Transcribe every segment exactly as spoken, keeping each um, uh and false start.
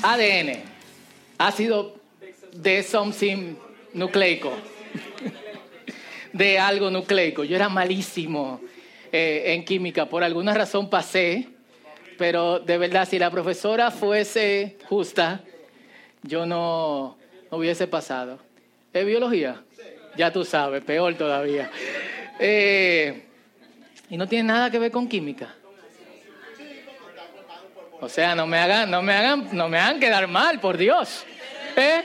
A D N, ácido desoxirribonucleico, de algo nucleico. Yo era malísimo eh, en química, por alguna razón pasé, pero de verdad, si la profesora fuese justa, yo no, no hubiese pasado. ¿Es biología? Ya tú sabes, peor todavía. Eh, y no tiene nada que ver con química. O sea, no me hagan, no me hagan, no me hagan quedar mal, por Dios. ¿Eh?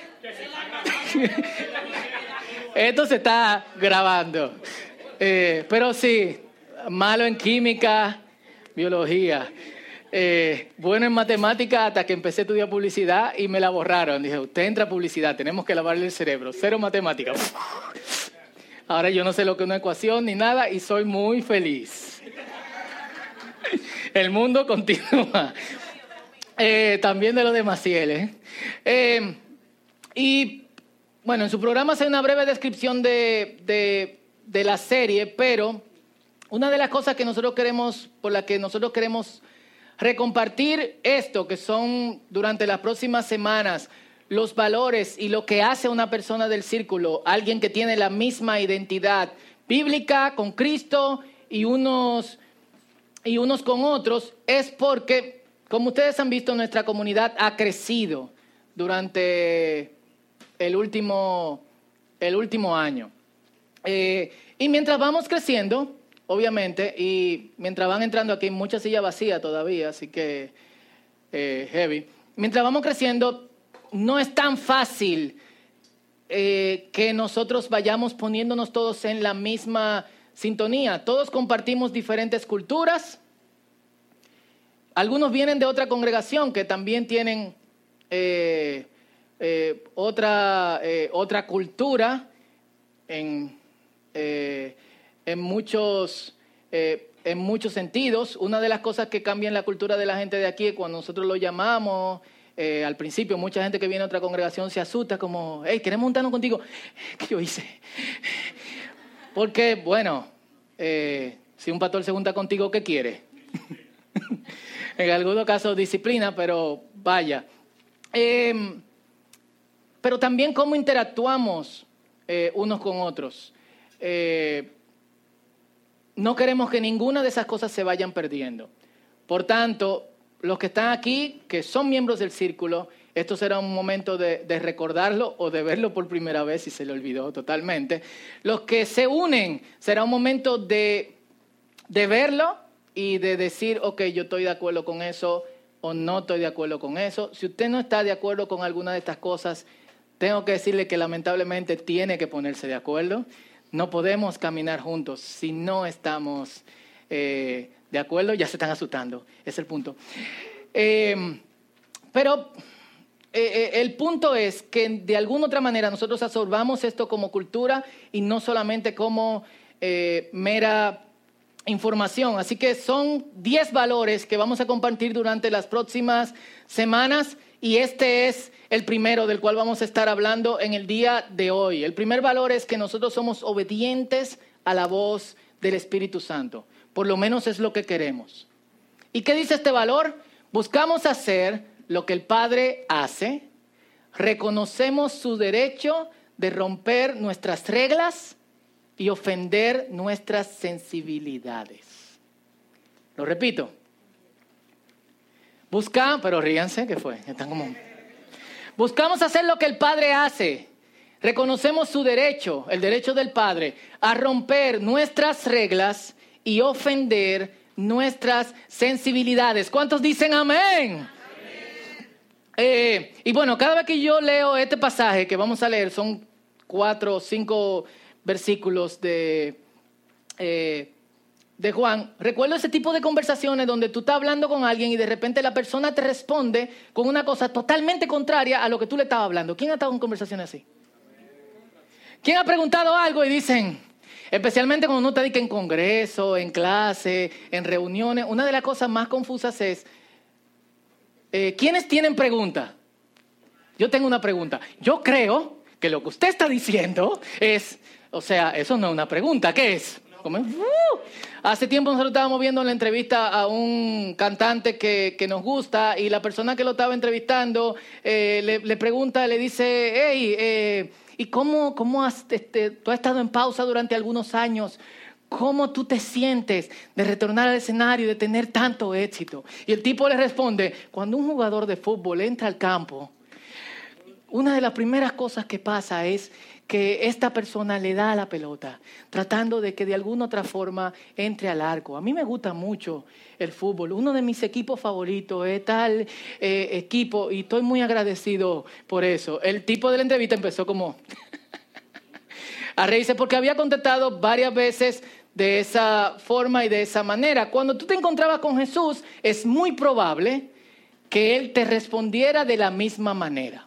Esto se está grabando. Eh, pero sí, malo en química, biología. Eh, bueno en matemática hasta que empecé a estudiar publicidad y me la borraron. Dije, usted entra a publicidad, tenemos que lavarle el cerebro. Cero matemática. Ahora yo no sé lo que es una ecuación ni nada y soy muy feliz. El mundo continúa. Eh, también de lo de Maciel. ¿eh? Eh, y bueno, en su programa hace una breve descripción de, de, de la serie, pero una de las cosas que nosotros queremos, por la que nosotros queremos recompartir esto, que son durante las próximas semanas los valores y lo que hace una persona del círculo, alguien que tiene la misma identidad bíblica con Cristo y unos, y unos con otros, es porque, como ustedes han visto, nuestra comunidad ha crecido durante el último, el último año. Eh, y mientras vamos creciendo, obviamente, y mientras van entrando aquí, mucha silla vacía todavía, así que eh, heavy. Mientras vamos creciendo, no es tan fácil eh, que nosotros vayamos poniéndonos todos en la misma sintonía. Todos compartimos diferentes culturas. Algunos vienen de otra congregación que también tienen eh, eh, otra, eh, otra cultura en... Eh, En muchos, eh, en muchos sentidos. Una de las cosas que cambia en la cultura de la gente de aquí es cuando nosotros lo llamamos, eh, al principio mucha gente que viene a otra congregación se asusta como, hey, queremos juntarnos contigo. ¿Qué yo hice? Porque, bueno, eh, si un pastor se junta contigo, ¿qué quiere? En algunos casos disciplina, pero vaya. Eh, pero también cómo interactuamos eh, unos con otros. Eh, No queremos que ninguna de esas cosas se vayan perdiendo. Por tanto, los que están aquí, que son miembros del círculo, esto será un momento de, de recordarlo o de verlo por primera vez si se le olvidó totalmente. Los que se unen, será un momento de, de verlo y de decir, ok, yo estoy de acuerdo con eso o no estoy de acuerdo con eso. Si usted no está de acuerdo con alguna de estas cosas, tengo que decirle que lamentablemente tiene que ponerse de acuerdo. No podemos caminar juntos si no estamos eh, de acuerdo. Ya se están asustando, es el punto. Eh, pero eh, el punto es que de alguna otra manera nosotros absorbamos esto como cultura y no solamente como eh, mera información. Así que son diez valores que vamos a compartir durante las próximas semanas y este es el primero del cual vamos a estar hablando en el día de hoy. El primer valor es que nosotros somos obedientes a la voz del Espíritu Santo. Por lo menos es lo que queremos. ¿Y qué dice este valor? Buscamos hacer lo que el Padre hace. Reconocemos su derecho de romper nuestras reglas y ofender nuestras sensibilidades. Lo repito. Busca, pero ríanse, ¿qué fue? Están como... Buscamos hacer lo que el Padre hace. Reconocemos su derecho, el derecho del Padre, a romper nuestras reglas y ofender nuestras sensibilidades. ¿Cuántos dicen amén? Eh, y bueno, cada vez que yo leo este pasaje que vamos a leer, son cuatro o cinco versículos de... Eh, de Juan, recuerdo ese tipo de conversaciones donde tú estás hablando con alguien y de repente la persona te responde con una cosa totalmente contraria a lo que tú le estabas hablando. ¿Quién ha estado en conversaciones así? ¿Quién ha preguntado algo y dicen, especialmente cuando uno te dedica en congreso, en clase, en reuniones, una de las cosas más confusas es, eh, ¿quiénes tienen pregunta? Yo tengo una pregunta. Yo creo que lo que usted está diciendo es, o sea, eso no es una pregunta, ¿qué es? ¿Cómo es? ¡Uh! Hace tiempo nosotros estábamos viendo la entrevista a un cantante que, que nos gusta y la persona que lo estaba entrevistando eh, le, le pregunta, le dice, hey, eh, ¿y cómo, cómo has, este, tú has estado en pausa durante algunos años? ¿Cómo tú te sientes de retornar al escenario y de tener tanto éxito? Y el tipo le responde, cuando un jugador de fútbol entra al campo, una de las primeras cosas que pasa es que esta persona le da a la pelota, tratando de que de alguna otra forma entre al arco. A mí me gusta mucho el fútbol. Uno de mis equipos favoritos es tal eh, equipo y estoy muy agradecido por eso. El tipo de la entrevista empezó como a reírse porque había contestado varias veces de esa forma y de esa manera. Cuando tú te encontrabas con Jesús, es muy probable que Él te respondiera de la misma manera.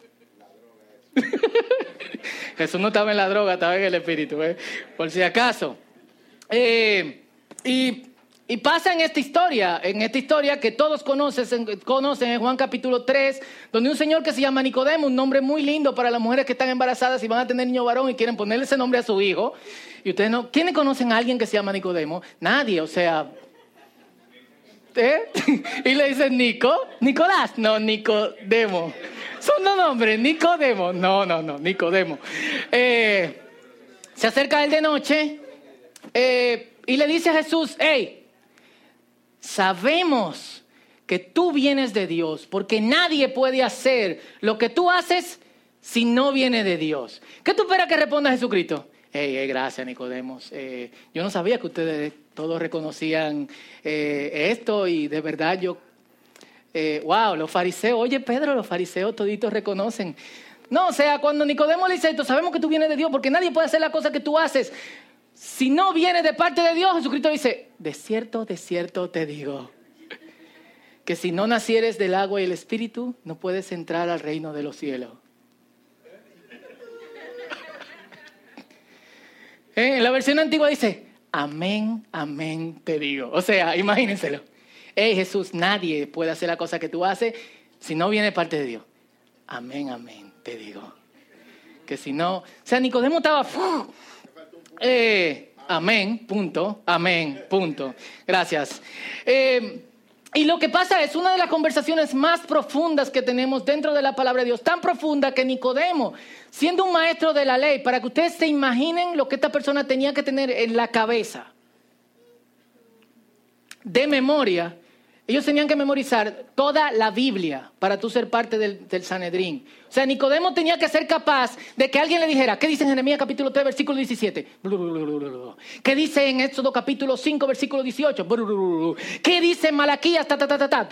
Jesús no estaba en la droga, estaba en el espíritu, ¿eh? Por si acaso. Eh, y, y pasa en esta historia, en esta historia que todos conocen, conocen en Juan capítulo tres, donde un señor que se llama Nicodemo, un nombre muy lindo para las mujeres que están embarazadas y van a tener niño varón y quieren ponerle ese nombre a su hijo. Y ustedes no, ¿quiénes conocen a alguien que se llama Nicodemo? Nadie, o sea... ¿Eh? Y le dicen, ¿Nico? ¿Nicolás? No, Nicodemo. Son dos nombres, Nicodemo. No, no, no, Nicodemo. Eh, se acerca él de noche eh, y le dice a Jesús, hey, sabemos que tú vienes de Dios, porque nadie puede hacer lo que tú haces si no viene de Dios. ¿Qué tú esperas que responda Jesucristo? Hey, hey, gracias, Nicodemos. Eh, yo no sabía que ustedes todos reconocían eh, esto y de verdad yo... Eh, wow, los fariseos, oye Pedro, los fariseos toditos reconocen. No, o sea, cuando Nicodemo le dice esto, sabemos que tú vienes de Dios porque nadie puede hacer la cosa que tú haces. Si no viene de parte de Dios, Jesucristo dice, de cierto, de cierto te digo, que si no nacieres del agua y el espíritu, no puedes entrar al reino de los cielos. ¿Eh? En la versión antigua dice, amén, amén te digo. O sea, imagínenselo. Hey Jesús, nadie puede hacer la cosa que tú haces si no viene de parte de Dios. Amén, amén, te digo. Que si no... O sea, Nicodemo estaba... Eh, amén, punto. Amén, punto. Gracias. Eh, y lo que pasa es una de las conversaciones más profundas que tenemos dentro de la palabra de Dios. Tan profunda que Nicodemo, siendo un maestro de la ley, para que ustedes se imaginen lo que esta persona tenía que tener en la cabeza. De memoria... Ellos tenían que memorizar toda la Biblia para tú ser parte del, del Sanedrín. O sea, Nicodemo tenía que ser capaz de que alguien le dijera, ¿qué dice en Jeremías capítulo tres, versículo diecisiete? ¿Qué dice en Éxodo capítulo cinco, versículo dieciocho? ¿Qué dice en Malaquías? Ta, ta, ta, ta, ta.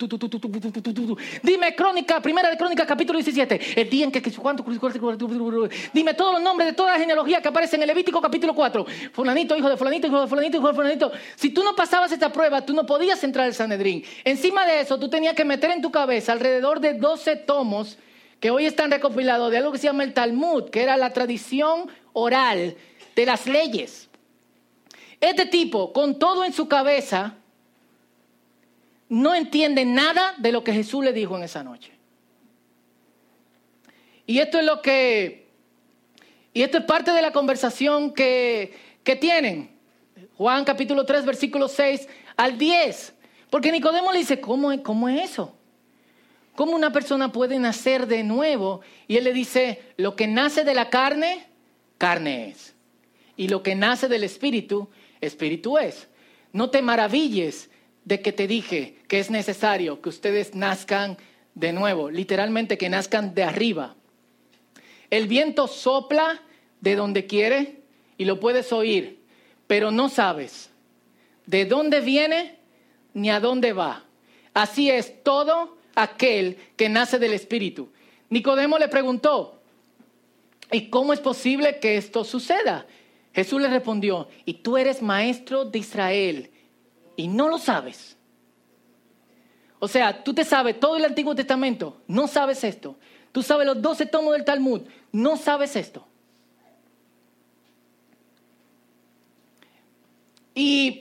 Dime Crónica, primera de Crónicas capítulo diecisiete. El día en que... ¿cuánto? Dime todos los nombres de toda la genealogía que aparece en el Levítico capítulo cuatro. Fulanito, hijo de fulanito, hijo de fulanito, hijo de fulanito. Si tú no pasabas esta prueba, tú no podías entrar al Sanedrín. Encima de eso, tú tenías que meter en tu cabeza alrededor de doce tomos que hoy están recopilados de algo que se llama el Talmud, que era la tradición oral de las leyes. Este tipo, con todo en su cabeza, no entiende nada de lo que Jesús le dijo en esa noche. Y esto es lo que, y esto es parte de la conversación que, que tienen. Juan capítulo tres, versículos seis al diez. Porque Nicodemo le dice, ¿cómo es, cómo es eso? ¿Cómo una persona puede nacer de nuevo? Y él le dice, lo que nace de la carne, carne es. Y lo que nace del espíritu, espíritu es. No te maravilles de que te dije que es necesario que ustedes nazcan de nuevo. Literalmente que nazcan de arriba. El viento sopla de donde quiere y lo puedes oír, pero no sabes de dónde viene ni a dónde va. Así es todo aquel que nace del Espíritu. Nicodemo le preguntó, ¿y cómo es posible que esto suceda? Jesús le respondió, y tú eres maestro de Israel y no lo sabes. O sea, tú te sabes todo el Antiguo Testamento, no sabes esto. Tú sabes los doce tomos del Talmud, no sabes esto. Y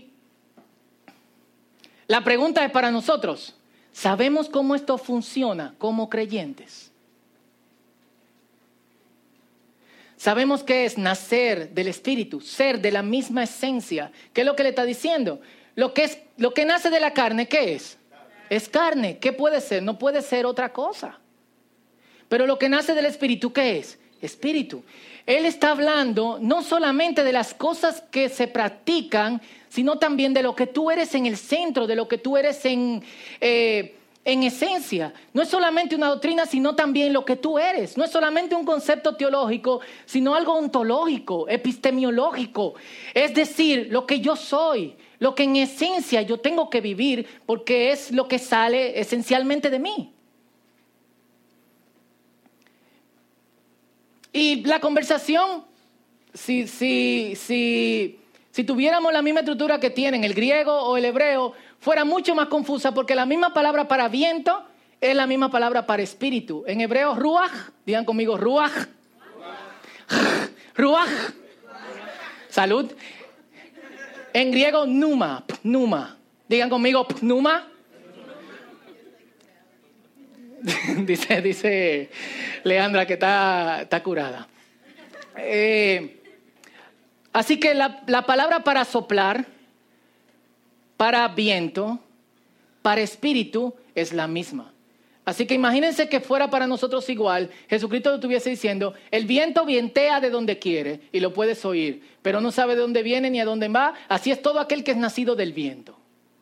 la pregunta es para nosotros, ¿sabemos cómo esto funciona como creyentes? sabemos que es nacer del Espíritu, ser de la misma esencia. ¿Qué es lo que le está diciendo? Lo que, es, lo que nace de la carne, ¿qué es? Es carne. ¿Qué puede ser? No puede ser otra cosa. Pero lo que nace del Espíritu, ¿qué es? Espíritu. Él está hablando no solamente de las cosas que se practican, sino también de lo que tú eres en el centro, de lo que tú eres en, eh, en esencia. No es solamente una doctrina, sino también lo que tú eres. No es solamente un concepto teológico, sino algo ontológico, epistemológico. Es decir, lo que yo soy, lo que en esencia yo tengo que vivir, porque es lo que sale esencialmente de mí. Y la conversación, si, si, si, si tuviéramos la misma estructura que tienen el griego o el hebreo, fuera mucho más confusa, porque la misma palabra para viento es la misma palabra para espíritu. En hebreo, ruach, digan conmigo, ruach. Ruach. Salud. En griego, pneuma, pneuma. Digan conmigo, pneuma. dice, dice Leandra que está, está curada. Eh, así que la, la palabra para soplar, para viento, para espíritu es la misma. Así que imagínense que fuera para nosotros igual. Jesucristo lo estuviese diciendo, el viento vientea de donde quiere y lo puedes oír, pero no sabe de dónde viene ni a dónde va. Así es todo aquel que es nacido del viento.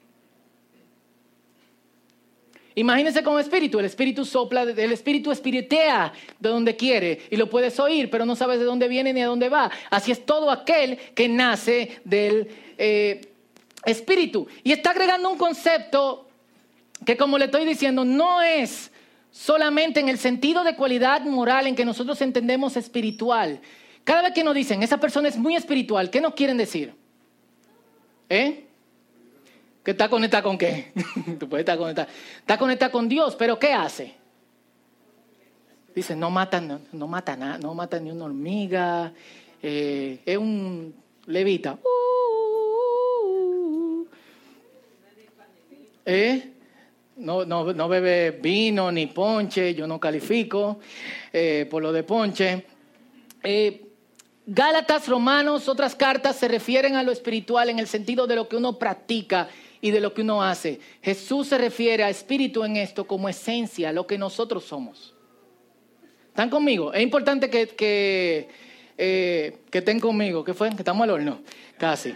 Imagínense con el espíritu, el espíritu sopla, el espíritu espiritea de donde quiere y lo puedes oír, pero no sabes de dónde viene ni a dónde va. Así es todo aquel que nace del eh, espíritu. Y está agregando un concepto que, como le estoy diciendo, no es solamente en el sentido de cualidad moral en que nosotros entendemos espiritual. Cada vez que nos dicen, esa persona es muy espiritual, ¿qué nos quieren decir? ¿Eh? ¿Que está conectada con qué? Tú puedes estar conectada. Está conectada con Dios, pero ¿qué hace? Dice, no mata, no, no mata nada, no mata ni una hormiga, eh, es un levita. Uh, ¿Eh? No, no, no bebe vino ni ponche, yo no califico eh, por lo de ponche. Eh, Gálatas, Romanos, otras cartas se refieren a lo espiritual en el sentido de lo que uno practica y de lo que uno hace. Jesús se refiere a espíritu en esto como esencia, lo que nosotros somos. ¿Están conmigo? Es importante que, que, eh, que estén conmigo. ¿Qué fue? ¿Que estamos al horno? Casi.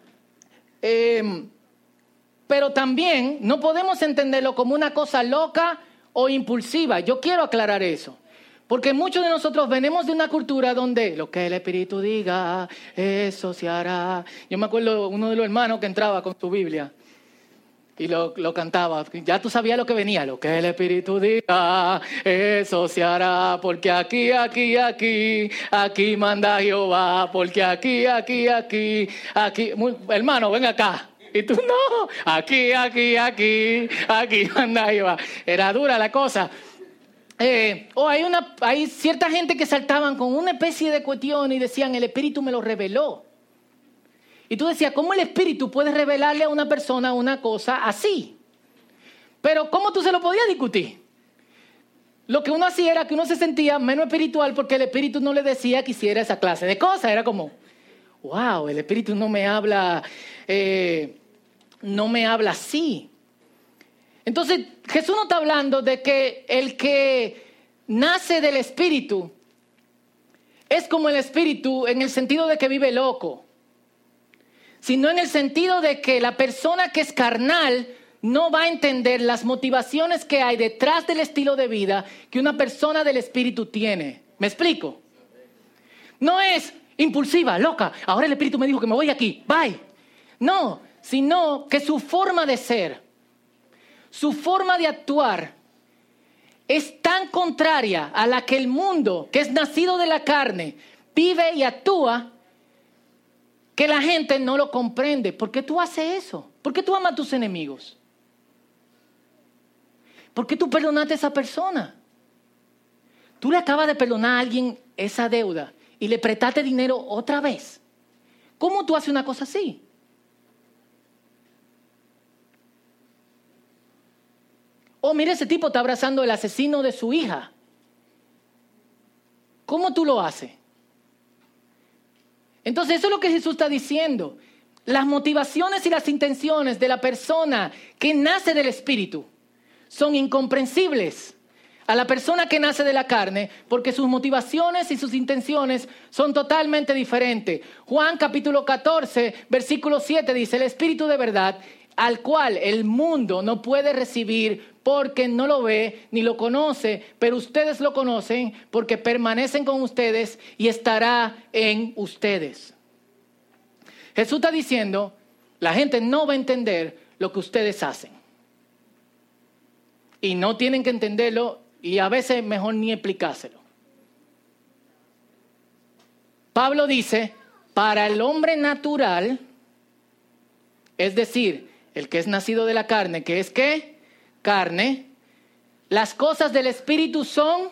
Eh, pero también no podemos entenderlo como una cosa loca o impulsiva. Yo quiero aclarar eso. Porque muchos de nosotros venimos de una cultura donde lo que el Espíritu diga, eso se hará. Yo me acuerdo uno de los hermanos que entraba con su Biblia y lo, lo cantaba. Ya tú sabías lo que venía. Lo que el Espíritu diga, eso se hará. Porque aquí, aquí, aquí, aquí manda Jehová. Porque aquí, aquí, aquí, aquí. Muy, hermano, ven acá. Y tú no. Aquí, aquí, aquí, aquí manda Jehová. Era dura la cosa. Eh, o oh, hay, una, hay cierta gente que saltaban con una especie de cuestión y decían, el Espíritu me lo reveló. Y tú decías, ¿cómo el Espíritu puede revelarle a una persona una cosa así? Pero ¿cómo tú se lo podías discutir? Lo que uno hacía era que uno se sentía menos espiritual porque el Espíritu no le decía que hiciera esa clase de cosas. Era como, wow, el Espíritu no me habla, eh, no me habla así. Entonces, Jesús no está hablando de que el que nace del Espíritu es como el Espíritu en el sentido de que vive loco, sino en el sentido de que la persona que es carnal no va a entender las motivaciones que hay detrás del estilo de vida que una persona del Espíritu tiene. ¿Me explico? No es impulsiva, loca, ahora el Espíritu me dijo que me voy aquí, bye. No, sino que su forma de ser, su forma de actuar es tan contraria a la que el mundo, que es nacido de la carne, vive y actúa, que la gente no lo comprende. ¿Por qué tú haces eso? ¿Por qué tú amas a tus enemigos? ¿Por qué tú perdonaste a esa persona? Tú le acabas de perdonar a alguien esa deuda y le prestaste dinero otra vez. ¿Cómo tú haces una cosa así? Oh, mira, ese tipo está abrazando al asesino de su hija. ¿Cómo tú lo haces? Entonces eso es lo que Jesús está diciendo. Las motivaciones y las intenciones de la persona que nace del Espíritu son incomprensibles a la persona que nace de la carne, porque sus motivaciones y sus intenciones son totalmente diferentes. Juan capítulo catorce, versículo siete dice, el Espíritu de verdad, al cual el mundo no puede recibir porque no lo ve ni lo conoce, pero ustedes lo conocen porque permanecen con ustedes y estará en ustedes. Jesús está diciendo, la gente no va a entender lo que ustedes hacen. Y no tienen que entenderlo y a veces mejor ni explicárselo. Pablo dice, para el hombre natural, es decir, el que es nacido de la carne, que es ¿qué? Carne, las cosas del Espíritu son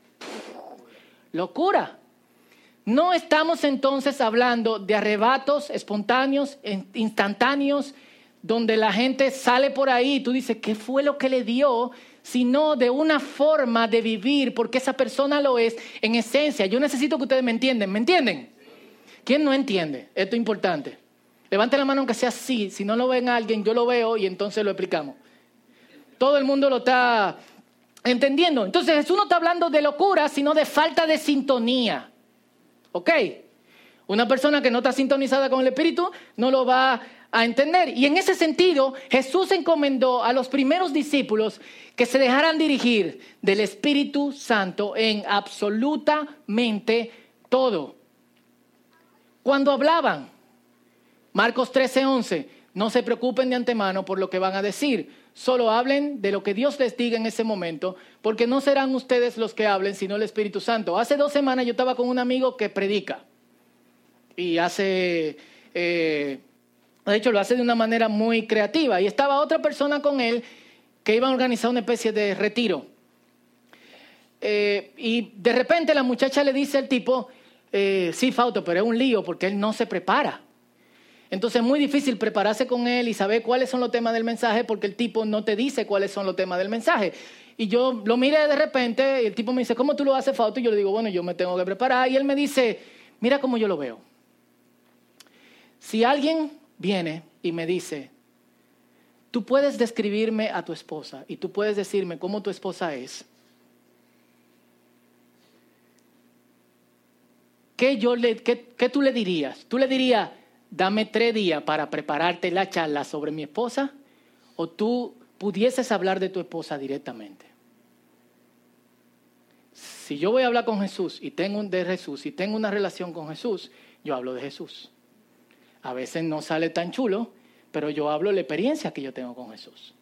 locura. No estamos entonces hablando de arrebatos espontáneos, instantáneos, donde la gente sale por ahí y tú dices, ¿qué fue lo que le dio? Sino de una forma de vivir, porque esa persona lo es en esencia. Yo necesito que ustedes me entiendan, ¿me entienden? ¿Quién no entiende? Esto es importante. Levante la mano aunque sea así, si no lo ven a alguien, yo lo veo y entonces lo explicamos. Todo el mundo lo está entendiendo. Entonces Jesús no está hablando de locura, sino de falta de sintonía. ¿Ok? Una persona que no está sintonizada con el Espíritu no lo va a entender. Y en ese sentido, Jesús encomendó a los primeros discípulos que se dejaran dirigir del Espíritu Santo en absolutamente todo. Cuando hablaban, Marcos trece once, no se preocupen de antemano por lo que van a decir. Solo hablen de lo que Dios les diga en ese momento, porque no serán ustedes los que hablen, sino el Espíritu Santo. Hace dos semanas yo estaba con un amigo que predica. Y hace, eh, de hecho lo hace de una manera muy creativa. Y estaba otra persona con él que iba a organizar una especie de retiro. Eh, y de repente la muchacha le dice al tipo, eh, sí, Fausto, pero es un lío porque él no se prepara. Entonces es muy difícil prepararse con él y saber cuáles son los temas del mensaje porque el tipo no te dice cuáles son los temas del mensaje. Y yo lo miré de repente y el tipo me dice, ¿cómo tú lo haces, Fausto? Y yo le digo, bueno, yo me tengo que preparar. Y él me dice, mira cómo yo lo veo. Si alguien viene y me dice, tú puedes describirme a tu esposa y tú puedes decirme cómo tu esposa es, ¿qué, yo le, qué, qué tú le dirías? ¿Tú le dirías, dame tres días para prepararte la charla sobre mi esposa? ¿O tú pudieses hablar de tu esposa directamente? Si yo voy a hablar con Jesús y tengo de Jesús y tengo una relación con Jesús, yo hablo de Jesús. A veces no sale tan chulo, pero yo hablo de la experiencia que yo tengo con Jesús.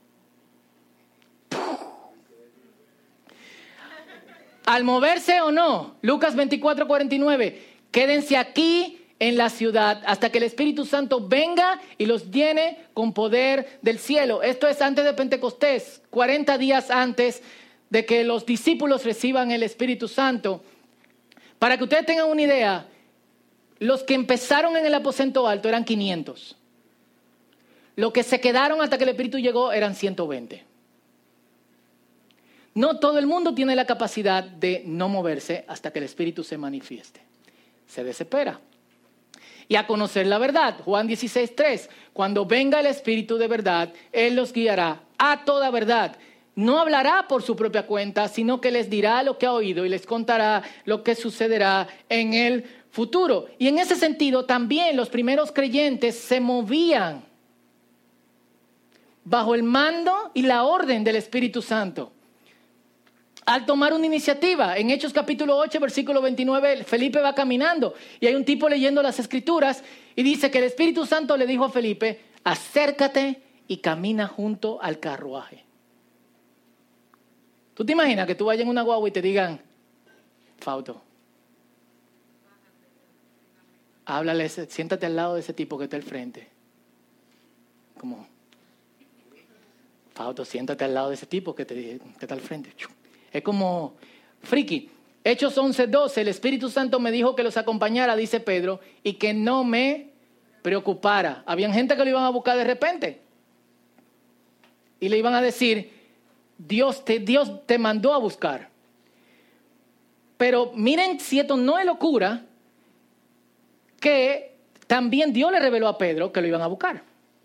Al moverse o no, Lucas veinticuatro cuarenta y nueve, quédense aquí en la ciudad hasta que el Espíritu Santo venga y los llene con poder del cielo. Esto es antes de Pentecostés, cuarenta días antes de que los discípulos reciban el Espíritu Santo. Para que ustedes tengan una idea, los que empezaron en el aposento alto eran quinientos. Los que se quedaron hasta que el Espíritu llegó eran ciento veinte. No todo el mundo tiene la capacidad de no moverse hasta que el Espíritu se manifieste. Se desespera. Y a conocer la verdad. Juan dieciséis tres. Cuando venga el Espíritu de verdad, Él los guiará a toda verdad. No hablará por su propia cuenta, sino que les dirá lo que ha oído y les contará lo que sucederá en el futuro. Y en ese sentido también los primeros creyentes se movían bajo el mando y la orden del Espíritu Santo. Al tomar una iniciativa, en Hechos capítulo ocho, versículo veintinueve, Felipe va caminando y hay un tipo leyendo las Escrituras y dice que el Espíritu Santo le dijo a Felipe, acércate y camina junto al carruaje. ¿Tú te imaginas que tú vayas en una guagua y te digan, Fausto, háblale, siéntate al lado de ese tipo que está al frente? Como, Fausto, siéntate al lado de ese tipo que, te, que está al frente. Es como friki. Hechos once doce, el Espíritu Santo me dijo que los acompañara, dice Pedro, y que no me preocupara. Habían gente que lo iban a buscar de repente. Y le iban a decir, Dios te, Dios te mandó a buscar. Pero miren si esto no es locura, que también Dios le reveló a Pedro que lo iban a buscar.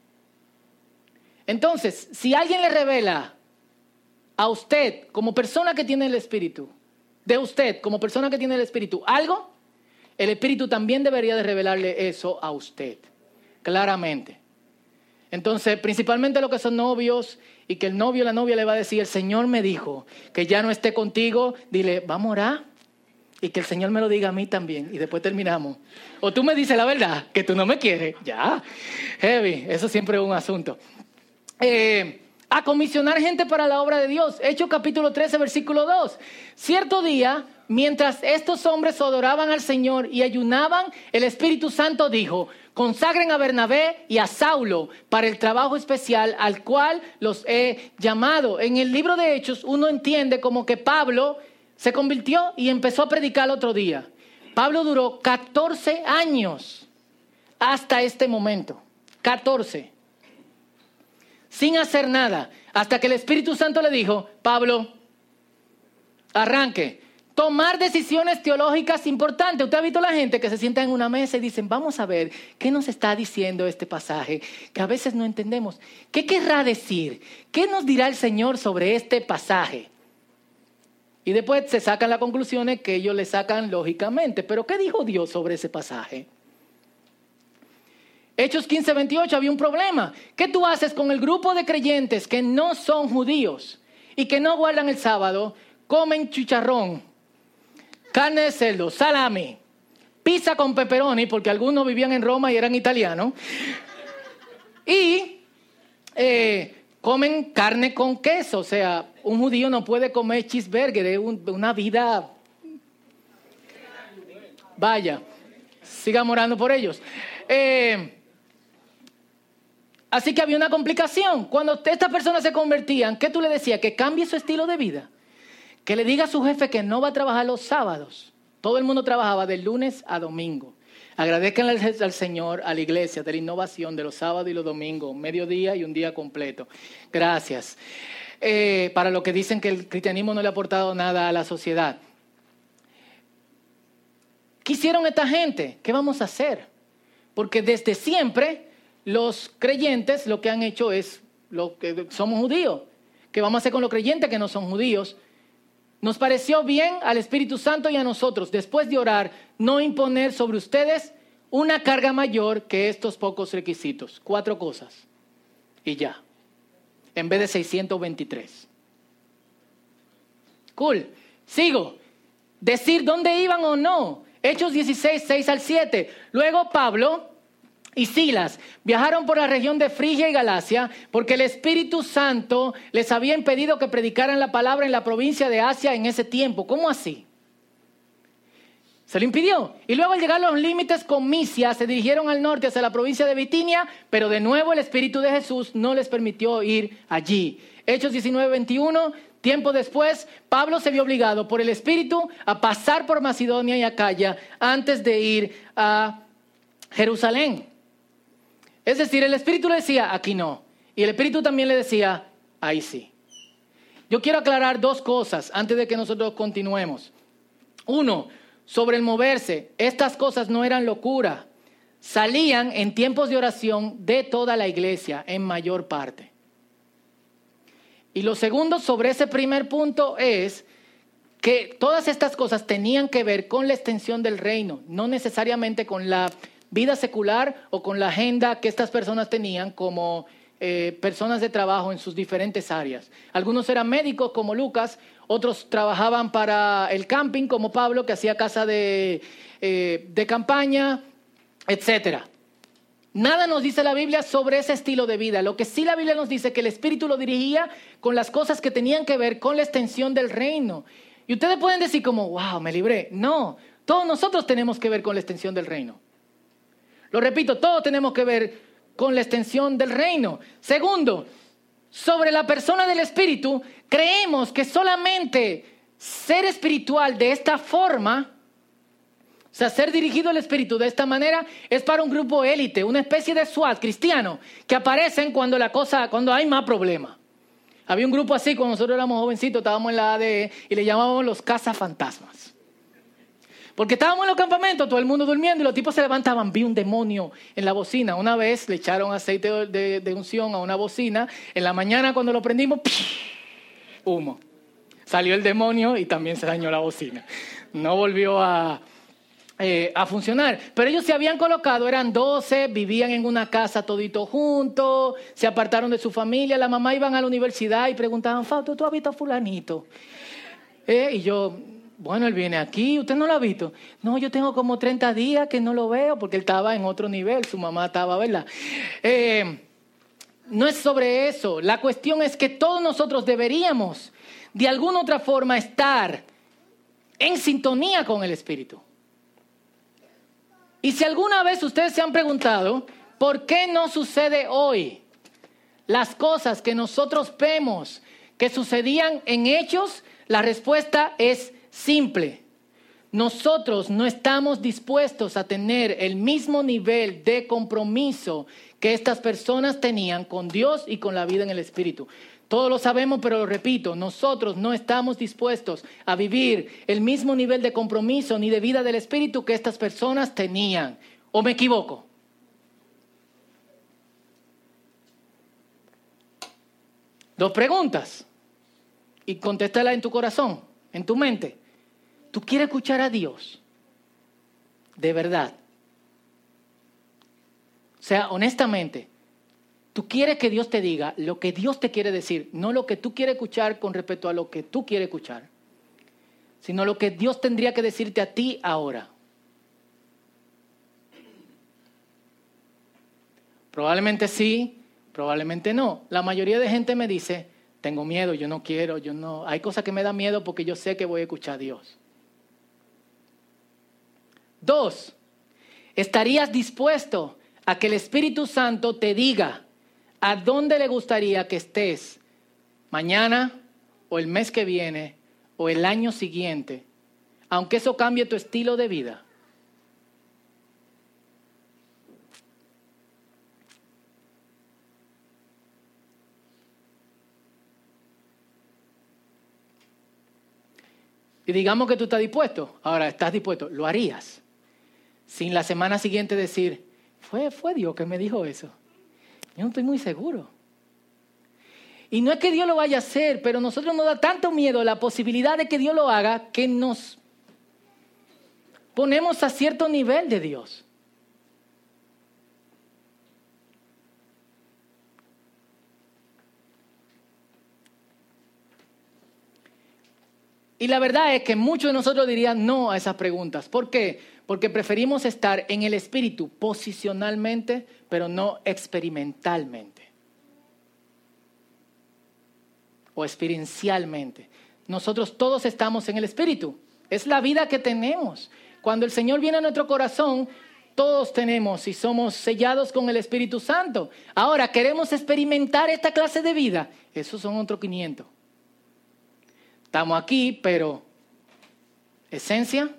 Entonces, si alguien le revela a usted como persona que tiene el Espíritu, de usted como persona que tiene el Espíritu, algo, el Espíritu también debería de revelarle eso a usted, claramente. Entonces, principalmente los que son novios y que el novio o la novia le va a decir, el Señor me dijo que ya no esté contigo, dile, vamos a orar y que el Señor me lo diga a mí también y después terminamos. O tú me dices la verdad, que tú no me quieres, ya, heavy, eso siempre es un asunto. Eh, a comisionar gente para la obra de Dios. Hechos capítulo trece, versículo dos. Cierto día, mientras estos hombres adoraban al Señor y ayunaban, el Espíritu Santo dijo, consagren a Bernabé y a Saulo para el trabajo especial al cual los he llamado. En el libro de Hechos uno entiende como que Pablo se convirtió y empezó a predicar el otro día. Pablo duró catorce años hasta este momento. catorce. Sin hacer nada, hasta que el Espíritu Santo le dijo, Pablo, arranque, tomar decisiones teológicas importantes. Usted ha visto la gente que se sienta en una mesa y dicen, vamos a ver qué nos está diciendo este pasaje, que a veces no entendemos. ¿Qué querrá decir? ¿Qué nos dirá el Señor sobre este pasaje? Y después se sacan las conclusiones que ellos le sacan lógicamente. Pero ¿qué dijo Dios sobre ese pasaje? Hechos quince, veintiocho, había un problema. ¿Qué tú haces con el grupo de creyentes que no son judíos y que no guardan el sábado, comen chicharrón, carne de cerdo, salami, pizza con pepperoni, porque algunos vivían en Roma y eran italianos, y eh, comen carne con queso? O sea, un judío no puede comer cheeseburger, es un, una vida... Vaya, sigan orando por ellos. Eh... Así que había una complicación. Cuando estas personas se convertían, ¿qué tú le decías? Que cambie su estilo de vida. Que le diga a su jefe que no va a trabajar los sábados. Todo el mundo trabajaba de lunes a domingo. Agradezcanle al, al Señor, a la iglesia, de la innovación de los sábados y los domingos, mediodía y un día completo. Gracias. Eh, para los que dicen que el cristianismo no le ha aportado nada a la sociedad. ¿Qué hicieron esta gente? ¿Qué vamos a hacer? Porque desde siempre... los creyentes lo que han hecho es, lo que somos judíos, ¿qué vamos a hacer con los creyentes que no son judíos? Nos pareció bien al Espíritu Santo y a nosotros, después de orar, no imponer sobre ustedes una carga mayor que estos pocos requisitos. Cuatro cosas. Y ya. En vez de seiscientos veintitrés. Cool. Sigo. Decir dónde iban o no. Hechos dieciséis, seis al siete. Luego Pablo y Silas viajaron por la región de Frigia y Galacia porque el Espíritu Santo les había impedido que predicaran la palabra en la provincia de Asia en ese tiempo. ¿Cómo así? Se lo impidió. Y luego al llegar a los límites con Misia se dirigieron al norte hacia la provincia de Bitinia, pero de nuevo el Espíritu de Jesús no les permitió ir allí. Hechos diecinueve, veintiuno. Tiempo después, Pablo se vio obligado por el Espíritu a pasar por Macedonia y Acaya antes de ir a Jerusalén. Es decir, el Espíritu le decía, aquí no. Y el Espíritu también le decía, ahí sí. Yo quiero aclarar dos cosas antes de que nosotros continuemos. Uno, sobre el moverse. Estas cosas no eran locura. Salían en tiempos de oración de toda la iglesia, en mayor parte. Y lo segundo sobre ese primer punto es que todas estas cosas tenían que ver con la extensión del reino, no necesariamente con la vida secular o con la agenda que estas personas tenían como eh, personas de trabajo en sus diferentes áreas. Algunos eran médicos como Lucas, otros trabajaban para el camping como Pablo, que hacía casa de, eh, de campaña, etcétera. Nada nos dice la Biblia sobre ese estilo de vida. Lo que sí la Biblia nos dice es que el Espíritu lo dirigía con las cosas que tenían que ver con la extensión del reino. Y ustedes pueden decir como, wow, me libré. No, todos nosotros tenemos que ver con la extensión del reino. Lo repito, todos tenemos que ver con la extensión del reino. Segundo, sobre la persona del Espíritu, creemos que solamente ser espiritual de esta forma, o sea, ser dirigido al Espíritu de esta manera, es para un grupo élite, una especie de SWAT cristiano, que aparecen cuando la cosa, cuando hay más problemas. Había un grupo así cuando nosotros éramos jovencitos, estábamos en la A D E y le llamábamos los cazafantasmas. Porque estábamos en los campamentos, todo el mundo durmiendo y los tipos se levantaban. Vi un demonio en la bocina. Una vez le echaron aceite de, de, de unción a una bocina. En la mañana cuando lo prendimos, humo. Salió el demonio y también se dañó la bocina. No volvió a, eh, a funcionar. Pero ellos se habían colocado, eran doce, vivían en una casa toditos juntos, se apartaron de su familia. La mamá iban a la universidad y preguntaban, Fausto, ¿tú has visto a fulanito? Eh, y yo... Bueno, él viene aquí, ¿usted no lo ha visto? No, yo tengo como treinta días que no lo veo porque él estaba en otro nivel, su mamá estaba, ¿verdad? Eh, no es sobre eso, la cuestión es que todos nosotros deberíamos de alguna otra forma estar en sintonía con el Espíritu. Y si alguna vez ustedes se han preguntado, ¿por qué no sucede hoy las cosas que nosotros vemos que sucedían en hechos? La respuesta es simple. Nosotros no estamos dispuestos a tener el mismo nivel de compromiso que estas personas tenían con Dios y con la vida en el Espíritu. Todos lo sabemos, pero lo repito, nosotros no estamos dispuestos a vivir el mismo nivel de compromiso ni de vida del Espíritu que estas personas tenían. ¿O me equivoco? Dos preguntas. Y contéstala en tu corazón, en tu mente. ¿Tú quieres escuchar a Dios? De verdad. O sea, honestamente, tú quieres que Dios te diga lo que Dios te quiere decir, no lo que tú quieres escuchar con respecto a lo que tú quieres escuchar, sino lo que Dios tendría que decirte a ti ahora. Probablemente sí, probablemente no. La mayoría de gente me dice, tengo miedo, yo no quiero, yo no. Hay cosas que me dan miedo porque yo sé que voy a escuchar a Dios. Dos, ¿estarías dispuesto a que el Espíritu Santo te diga a dónde le gustaría que estés mañana o el mes que viene o el año siguiente, aunque eso cambie tu estilo de vida? Y digamos que tú estás dispuesto. Ahora, ¿estás dispuesto? ¿Lo harías? Sin la semana siguiente decir, fue, fue Dios que me dijo eso. Yo no estoy muy seguro. Y no es que Dios lo vaya a hacer, pero a nosotros nos da tanto miedo la posibilidad de que Dios lo haga que nos ponemos a cierto nivel de Dios. Y la verdad es que muchos de nosotros dirían no a esas preguntas. ¿Por qué? Porque preferimos estar en el Espíritu posicionalmente, pero no experimentalmente. O experiencialmente. Nosotros todos estamos en el Espíritu. Es la vida que tenemos. Cuando el Señor viene a nuestro corazón, todos tenemos y somos sellados con el Espíritu Santo. Ahora, ¿queremos experimentar esta clase de vida? Esos son otros quinientos. Estamos aquí, pero ¿esencia?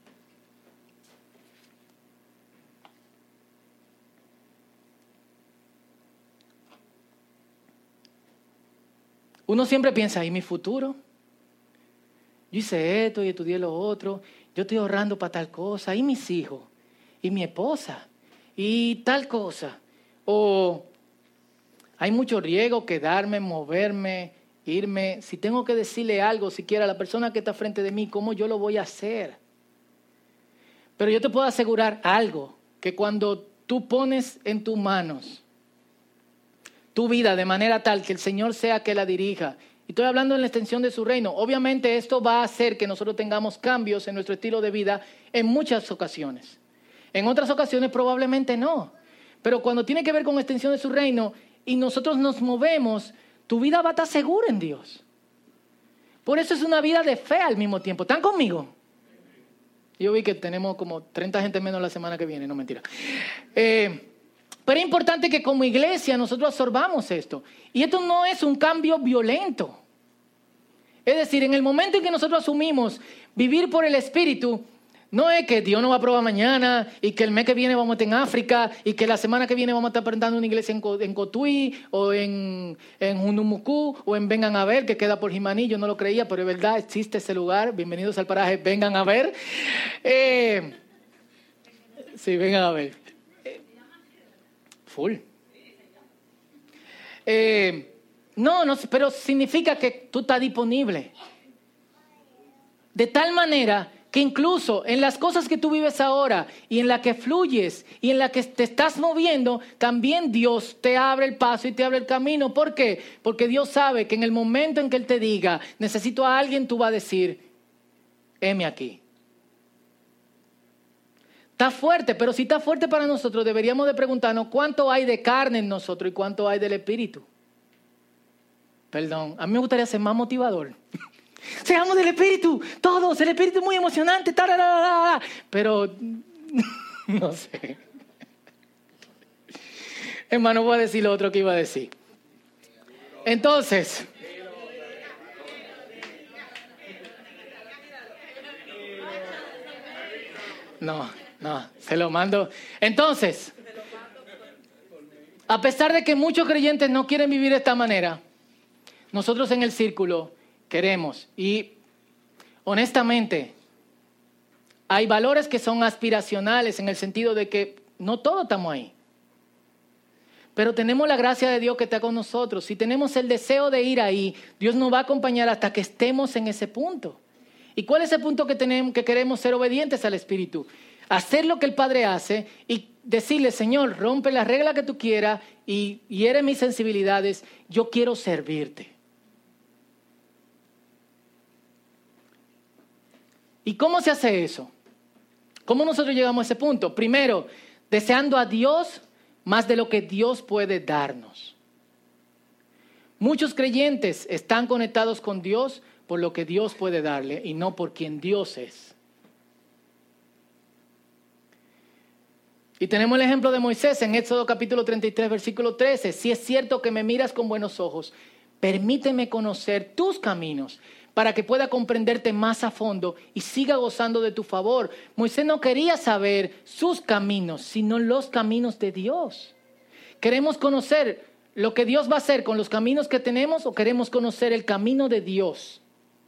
Uno siempre piensa, ¿y mi futuro? Yo hice esto y estudié lo otro, yo estoy ahorrando para tal cosa, ¿y mis hijos? ¿Y mi esposa? ¿Y tal cosa? O hay mucho riesgo, quedarme, moverme, irme. Si tengo que decirle algo siquiera a la persona que está frente de mí, ¿cómo yo lo voy a hacer? Pero yo te puedo asegurar algo, que cuando tú pones en tus manos tu vida de manera tal que el Señor sea que la dirija, y estoy hablando en la extensión de su reino, obviamente esto va a hacer que nosotros tengamos cambios en nuestro estilo de vida en muchas ocasiones. En otras ocasiones probablemente no. Pero cuando tiene que ver con la extensión de su reino y nosotros nos movemos, tu vida va a estar segura en Dios. Por eso es una vida de fe al mismo tiempo. ¿Están conmigo? Yo vi que tenemos como treinta gente menos la semana que viene, no mentira. Eh, pero es importante que como iglesia nosotros absorbamos esto. Y esto no es un cambio violento. Es decir, en el momento en que nosotros asumimos vivir por el Espíritu, No es que Dios nos va a probar mañana y que el mes que viene vamos a estar en África y que la semana que viene vamos a estar plantando una iglesia en, Co- en Cotuí o en, en Junumucú o en Vengan a Ver, que queda por Jimaní. Yo no lo creía, pero es verdad, existe ese lugar. Bienvenidos al paraje Vengan a Ver. Eh, sí, vengan a ver. Eh, full. Eh, no, no, pero significa que tú estás disponible. De tal manera que incluso en las cosas que tú vives ahora y en la que fluyes y en la que te estás moviendo, también Dios te abre el paso y te abre el camino. ¿Por qué? Porque Dios sabe que en el momento en que Él te diga, necesito a alguien, tú vas a decir, heme aquí. Está fuerte, pero si está fuerte para nosotros, deberíamos de preguntarnos cuánto hay de carne en nosotros y cuánto hay del Espíritu. Perdón, a mí me gustaría ser más motivador. Seamos del Espíritu, todos, el Espíritu es muy emocionante, tararara, pero no sé. Hermano, voy a decir lo otro que iba a decir. Entonces, no, no, se lo mando. Entonces, a pesar de que muchos creyentes no quieren vivir de esta manera, nosotros en el círculo queremos. Y honestamente, hay valores que son aspiracionales en el sentido de que no todos estamos ahí. Pero tenemos la gracia de Dios que está con nosotros. Si tenemos el deseo de ir ahí, Dios nos va a acompañar hasta que estemos en ese punto. ¿Y cuál es el punto que tenemos, que queremos ser obedientes al Espíritu? Hacer lo que el Padre hace y decirle, Señor, rompe la regla que tú quieras y hiere mis sensibilidades. Yo quiero servirte. ¿Y cómo se hace eso? ¿Cómo nosotros llegamos a ese punto? Primero, deseando a Dios más de lo que Dios puede darnos. Muchos creyentes están conectados con Dios por lo que Dios puede darle y no por quien Dios es. Y tenemos el ejemplo de Moisés en Éxodo capítulo treinta y tres, versículo trece. Si es cierto que me miras con buenos ojos, permíteme conocer tus caminos, para que pueda comprenderte más a fondo y siga gozando de tu favor. Moisés no quería saber sus caminos, sino los caminos de Dios. ¿Queremos conocer lo que Dios va a hacer con los caminos que tenemos o queremos conocer el camino de Dios?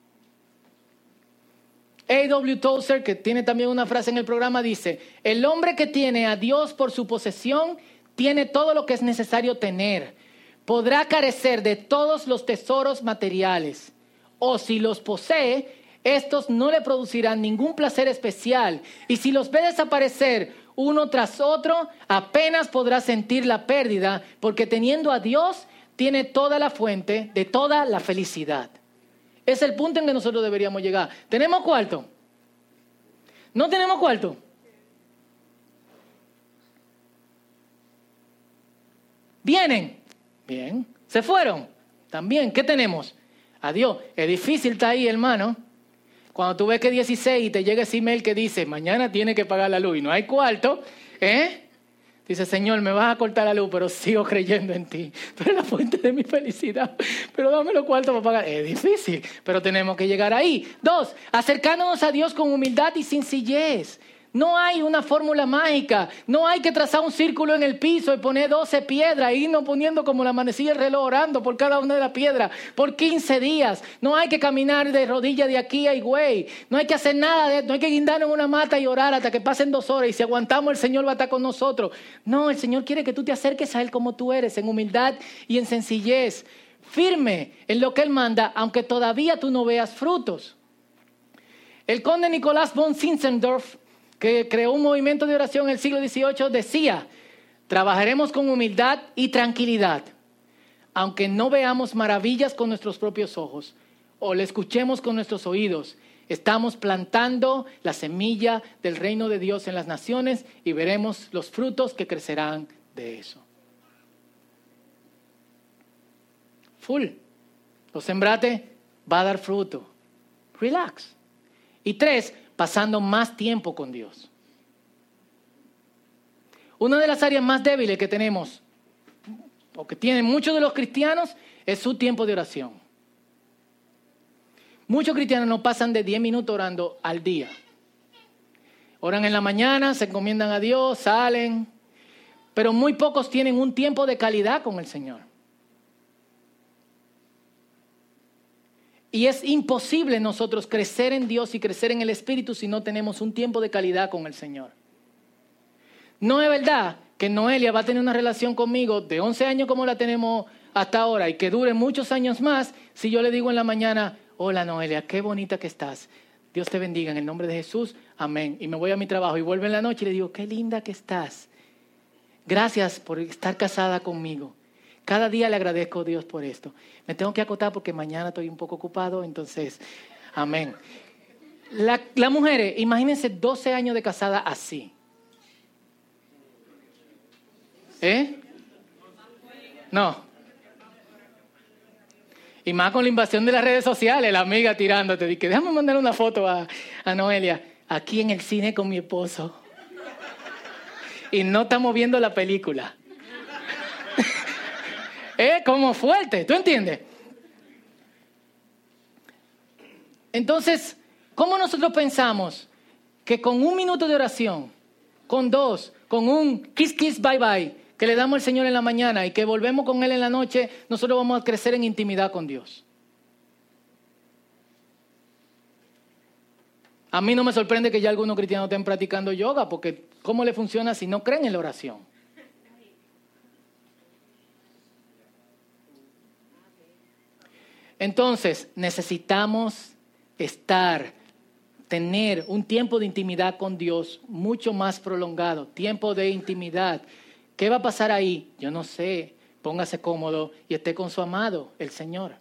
A W Tozer, que tiene también una frase en el programa, dice, el hombre que tiene a Dios por su posesión tiene todo lo que es necesario tener. Podrá carecer de todos los tesoros materiales. O si los posee, estos no le producirán ningún placer especial. Y si los ve desaparecer uno tras otro, apenas podrá sentir la pérdida, porque teniendo a Dios, tiene toda la fuente de toda la felicidad. Es el punto en que nosotros deberíamos llegar. ¿Tenemos cuarto? ¿No tenemos cuarto? ¿Vienen? Bien. ¿Se fueron? También. ¿Qué tenemos? Adiós. Es difícil estar ahí, hermano. Cuando tú ves que dieciséis y te llega ese email que dice, mañana tiene que pagar la luz y no hay cuarto, ¿eh? Dice, Señor, me vas a cortar la luz, pero sigo creyendo en ti. Tú eres la fuente de mi felicidad, pero dame los cuartos para pagar. Es difícil, pero tenemos que llegar ahí. Dos, acercándonos a Dios con humildad y sencillez. No hay una fórmula mágica. No hay que trazar un círculo en el piso y poner doce piedras e irnos poniendo como la manecilla del reloj orando por cada una de las piedras por quince días. No hay que caminar de rodillas de aquí a Higüey. No hay que hacer nada de esto. No hay que guindarnos en una mata y orar hasta que pasen dos horas. Y si aguantamos, el Señor va a estar con nosotros. No, el Señor quiere que tú te acerques a Él como tú eres, en humildad y en sencillez. Firme en lo que Él manda, aunque todavía tú no veas frutos. El conde Nicolás von Zinzendorf, que creó un movimiento de oración en el siglo dieciocho, decía, trabajaremos con humildad y tranquilidad, aunque no veamos maravillas con nuestros propios ojos o le escuchemos con nuestros oídos. Estamos plantando la semilla del reino de Dios en las naciones y veremos los frutos que crecerán de eso. Full. Lo sembrate, va a dar fruto. Relax. Y tres, pasando más tiempo con Dios. Una de las áreas más débiles que tenemos, o que tienen muchos de los cristianos, es su tiempo de oración. Muchos cristianos no pasan de diez minutos orando al día. Oran en la mañana, se encomiendan a Dios, salen, pero muy pocos tienen un tiempo de calidad con el Señor. Y es imposible nosotros crecer en Dios y crecer en el Espíritu si no tenemos un tiempo de calidad con el Señor. No es verdad que Noelia va a tener una relación conmigo de once años como la tenemos hasta ahora y que dure muchos años más si yo le digo en la mañana, hola Noelia, qué bonita que estás. Dios te bendiga en el nombre de Jesús, amén. Y me voy a mi trabajo y vuelvo en la noche y le digo, qué linda que estás. Gracias por estar casada conmigo. Cada día le agradezco a Dios por esto. Me tengo que acotar porque mañana estoy un poco ocupado, entonces, amén. La, las mujeres, imagínense doce años de casada así. ¿Eh? No. Y más con la invasión de las redes sociales, la amiga tirándote. Dije, déjame mandar una foto a, a Noelia. Aquí en el cine con mi esposo. Y no estamos viendo la película. Es como fuerte, ¿tú entiendes? Entonces, ¿cómo nosotros pensamos que con un minuto de oración, con dos, con un kiss, kiss, bye, bye, que le damos al Señor en la mañana y que volvemos con Él en la noche, nosotros vamos a crecer en intimidad con Dios? A mí no me sorprende que ya algunos cristianos estén practicando yoga, porque ¿cómo le funciona si no creen en la oración? Entonces, necesitamos estar, tener un tiempo de intimidad con Dios mucho más prolongado, tiempo de intimidad. ¿Qué va a pasar ahí? Yo no sé. Póngase cómodo y esté con su amado, el Señor.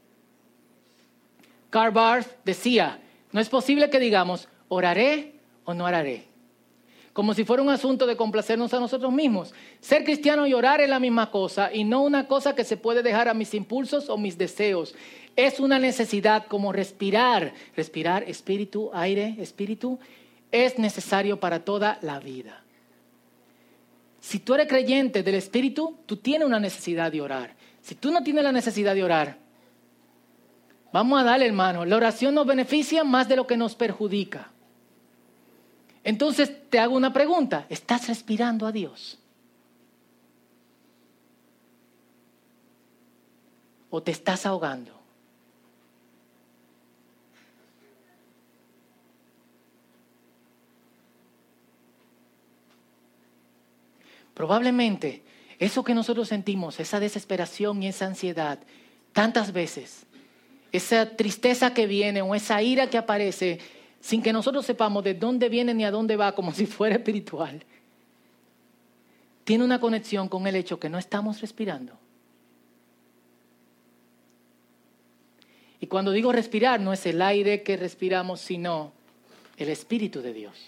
Karl Barth decía, no es posible que digamos, oraré o no oraré. Como si fuera un asunto de complacernos a nosotros mismos. Ser cristiano y orar es la misma cosa y no una cosa que se puede dejar a mis impulsos o mis deseos. Es una necesidad como respirar. Respirar, espíritu, aire, espíritu, es necesario para toda la vida. Si tú eres creyente del Espíritu, tú tienes una necesidad de orar. Si tú no tienes la necesidad de orar, vamos a darle, hermano. La oración nos beneficia más de lo que nos perjudica. Entonces te hago una pregunta. ¿Estás respirando a Dios? ¿O te estás ahogando? Probablemente eso que nosotros sentimos, esa desesperación y esa ansiedad, tantas veces, esa tristeza que viene o esa ira que aparece, sin que nosotros sepamos de dónde viene ni a dónde va, como si fuera espiritual, tiene una conexión con el hecho que no estamos respirando. Y cuando digo respirar, no es el aire que respiramos, sino el Espíritu de Dios.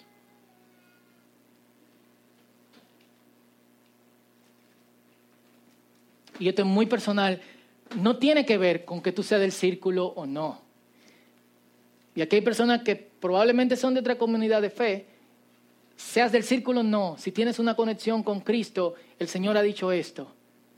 Y esto es muy personal, no tiene que ver con que tú seas del círculo o no. Y aquí hay personas que probablemente son de otra comunidad de fe, seas del círculo o no, si tienes una conexión con Cristo, el Señor ha dicho esto.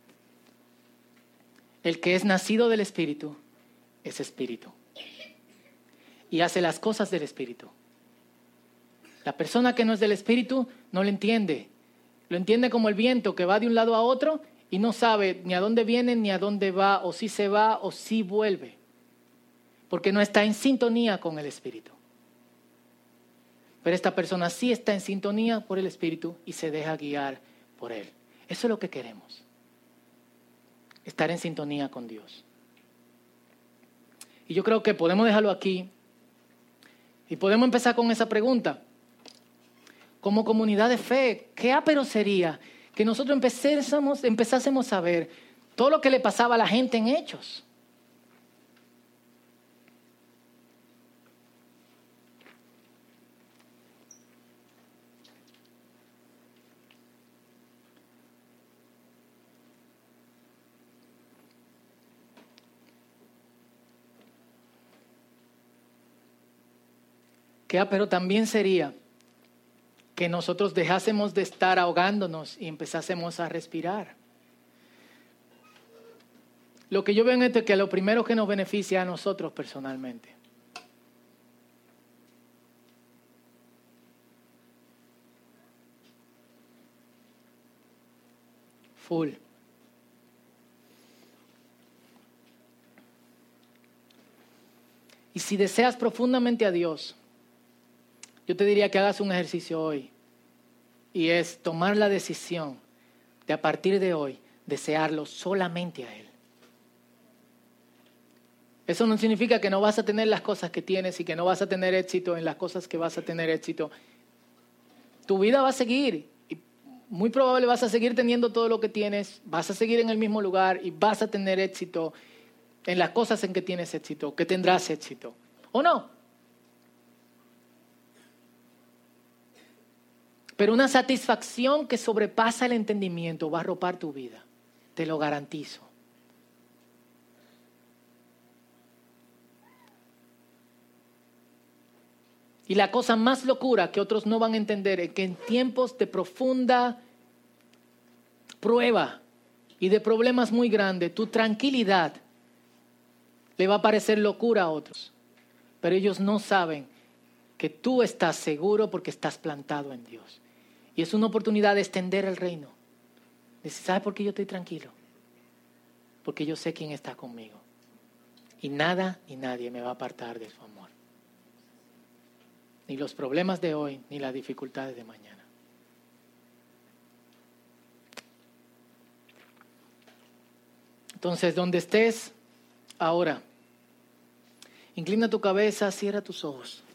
El que es nacido del Espíritu es Espíritu. Y hace las cosas del Espíritu. La persona que no es del Espíritu no lo entiende. Lo entiende como el viento que va de un lado a otro y no sabe ni a dónde viene, ni a dónde va, o si se va, o si vuelve. Porque no está en sintonía con el Espíritu. Pero esta persona sí está en sintonía por el Espíritu y se deja guiar por Él. Eso es lo que queremos. Estar en sintonía con Dios. Y yo creo que podemos dejarlo aquí. Y podemos empezar con esa pregunta. Como comunidad de fe, ¿qué ápero sería que nosotros empezásemos, empezásemos a ver todo lo que le pasaba a la gente en Hechos? ¿Qué ápero también sería que nosotros dejásemos de estar ahogándonos y empezásemos a respirar? Lo que yo veo en esto es que lo primero que nos beneficia a nosotros personalmente. Full. Y si deseas profundamente a Dios, yo te diría que hagas un ejercicio hoy. Y es tomar la decisión de a partir de hoy desearlo solamente a Él. Eso no significa que no vas a tener las cosas que tienes y que no vas a tener éxito en las cosas que vas a tener éxito. Tu vida va a seguir y muy probable vas a seguir teniendo todo lo que tienes, vas a seguir en el mismo lugar y vas a tener éxito en las cosas en que tienes éxito, que tendrás éxito. ¿O no? Pero una satisfacción que sobrepasa el entendimiento va a arropar tu vida. Te lo garantizo. Y la cosa más locura que otros no van a entender es que en tiempos de profunda prueba y de problemas muy grandes, tu tranquilidad le va a parecer locura a otros. Pero ellos no saben que tú estás seguro porque estás plantado en Dios. Y es una oportunidad de extender el reino. Dice, ¿sabes por qué yo estoy tranquilo? Porque yo sé quién está conmigo. Y nada ni nadie me va a apartar de su amor. Ni los problemas de hoy, ni las dificultades de mañana. Entonces, donde estés ahora, inclina tu cabeza, cierra tus ojos.